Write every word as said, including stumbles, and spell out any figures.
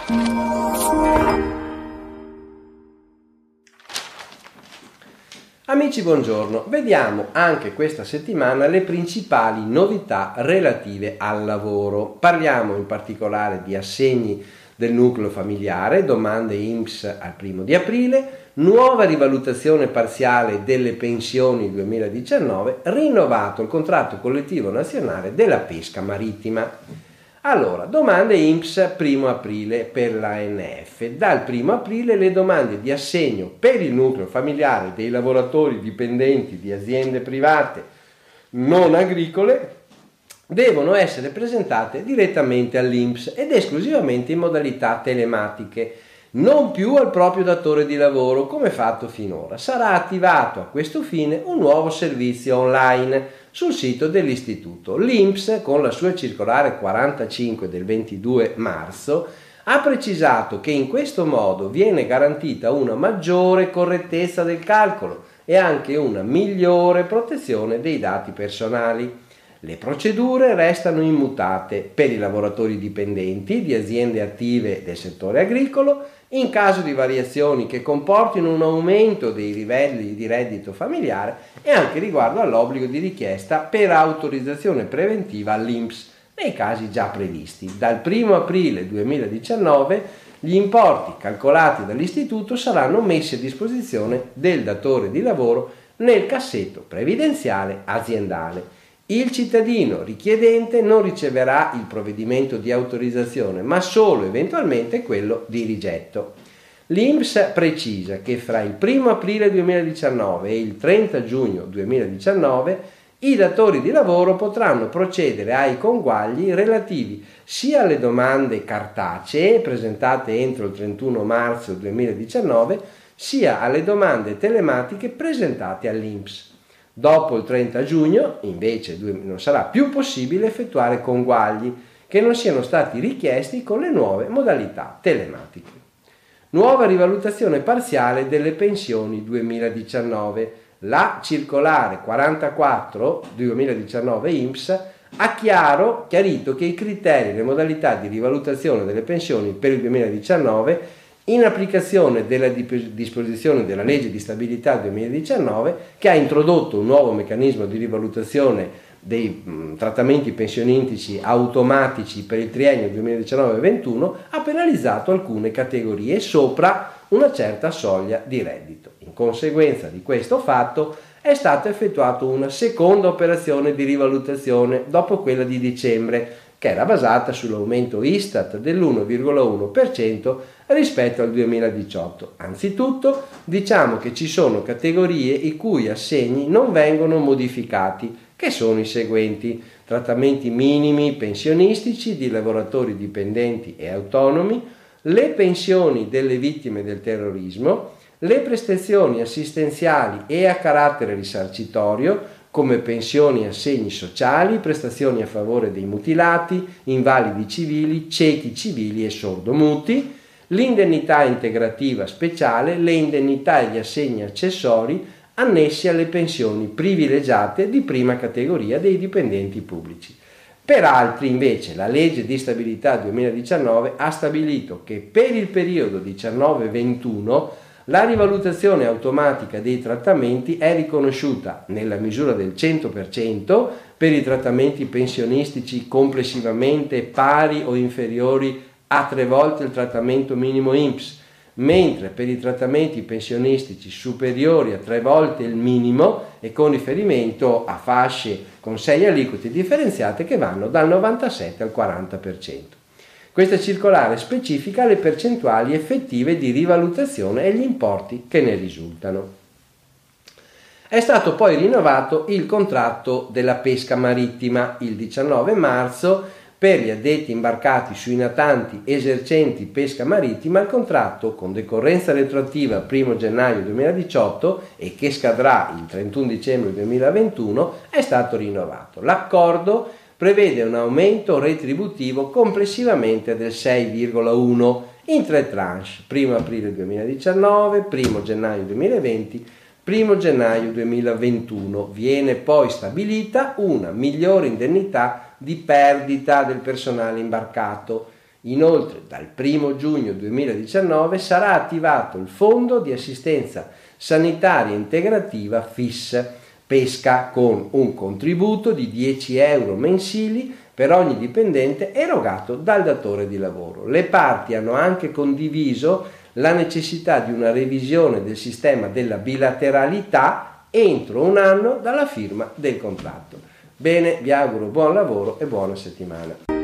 Amici, buongiorno. Vediamo anche questa settimana le principali novità relative al lavoro. Parliamo in particolare di assegni del nucleo familiare, domande I N P S al primo di aprile, nuova rivalutazione parziale delle pensioni duemiladiciannove, rinnovato il contratto collettivo nazionale della pesca marittima. Allora, domande I N P S primo aprile per l'A N F. Dal primo aprile le domande di assegno per il nucleo familiare dei lavoratori dipendenti di aziende private non agricole devono essere presentate direttamente all'I N P S ed esclusivamente in modalità telematiche, non più al proprio datore di lavoro come fatto finora. Sarà attivato a questo fine un nuovo servizio online sul sito dell'istituto. L'I N P S, con la sua circolare quarantacinque del ventidue marzo, ha precisato che in questo modo viene garantita una maggiore correttezza del calcolo e anche una migliore protezione dei dati personali. Le procedure restano immutate per i lavoratori dipendenti di aziende attive del settore agricolo. In caso di variazioni che comportino un aumento dei livelli di reddito familiare e anche riguardo all'obbligo di richiesta per autorizzazione preventiva all'I N P S nei casi già previsti. Dal primo aprile duemiladiciannove gli importi calcolati dall'istituto saranno messi a disposizione del datore di lavoro nel cassetto previdenziale aziendale. Il cittadino richiedente non riceverà il provvedimento di autorizzazione, ma solo eventualmente quello di rigetto. L'I N P S precisa che fra il primo aprile duemiladiciannove e il trenta giugno duemiladiciannove i datori di lavoro potranno procedere ai conguagli relativi sia alle domande cartacee presentate entro il trentuno marzo duemiladiciannove, sia alle domande telematiche presentate all'I N P S. Dopo il trenta giugno, invece, non sarà più possibile effettuare conguagli che non siano stati richiesti con le nuove modalità telematiche. Nuova rivalutazione parziale delle pensioni duemiladiciannove. La circolare quarantaquattro duemiladiciannove I N P S ha chiaro, chiarito che i criteri e le modalità di rivalutazione delle pensioni per il duemiladiciannove, in applicazione della disposizione della legge di stabilità duemiladiciannove, che ha introdotto un nuovo meccanismo di rivalutazione dei mh, trattamenti pensionistici automatici per il triennio duemiladiciannove ventuno, ha penalizzato alcune categorie sopra una certa soglia di reddito. In conseguenza di questo fatto è stata effettuata una seconda operazione di rivalutazione dopo quella di dicembre, che era basata sull'aumento Istat dell'uno virgola uno per cento rispetto al duemiladiciotto. Anzitutto diciamo che ci sono categorie i cui assegni non vengono modificati, che sono i seguenti: trattamenti minimi pensionistici di lavoratori dipendenti e autonomi, le pensioni delle vittime del terrorismo, le prestazioni assistenziali e a carattere risarcitorio come pensioni e assegni sociali, prestazioni a favore dei mutilati, invalidi civili, ciechi civili e sordomuti, l'indennità integrativa speciale, le indennità e gli assegni accessori annessi alle pensioni privilegiate di prima categoria dei dipendenti pubblici. Per altri, invece, la legge di stabilità duemiladiciannove ha stabilito che per il periodo diciannove ventuno la rivalutazione automatica dei trattamenti è riconosciuta nella misura del cento per cento per i trattamenti pensionistici complessivamente pari o inferiori a tre volte il trattamento minimo I N P S, mentre per i trattamenti pensionistici superiori a tre volte il minimo e con riferimento a fasce con sei aliquote differenziate che vanno dal novantasette al quaranta per cento. Questa circolare specifica le percentuali effettive di rivalutazione e gli importi che ne risultano. È stato poi rinnovato il contratto della pesca marittima il diciannove marzo per gli addetti imbarcati sui natanti esercenti pesca marittima. Il contratto, con decorrenza retroattiva primo gennaio duemiladiciotto e che scadrà il trentuno dicembre duemilaventuno, è stato rinnovato. L'accordo prevede un aumento retributivo complessivamente del sei virgola uno in tre tranche: primo aprile duemiladiciannove, primo gennaio duemilaventi, primo gennaio duemilaventuno. Viene poi stabilita una migliore indennità di perdita del personale imbarcato. Inoltre, dal primo giugno duemiladiciannove sarà attivato il Fondo di Assistenza Sanitaria Integrativa F I S Pesca, con un contributo di dieci euro mensili per ogni dipendente erogato dal datore di lavoro. Le parti hanno anche condiviso la necessità di una revisione del sistema della bilateralità entro un anno dalla firma del contratto. Bene, vi auguro buon lavoro e buona settimana.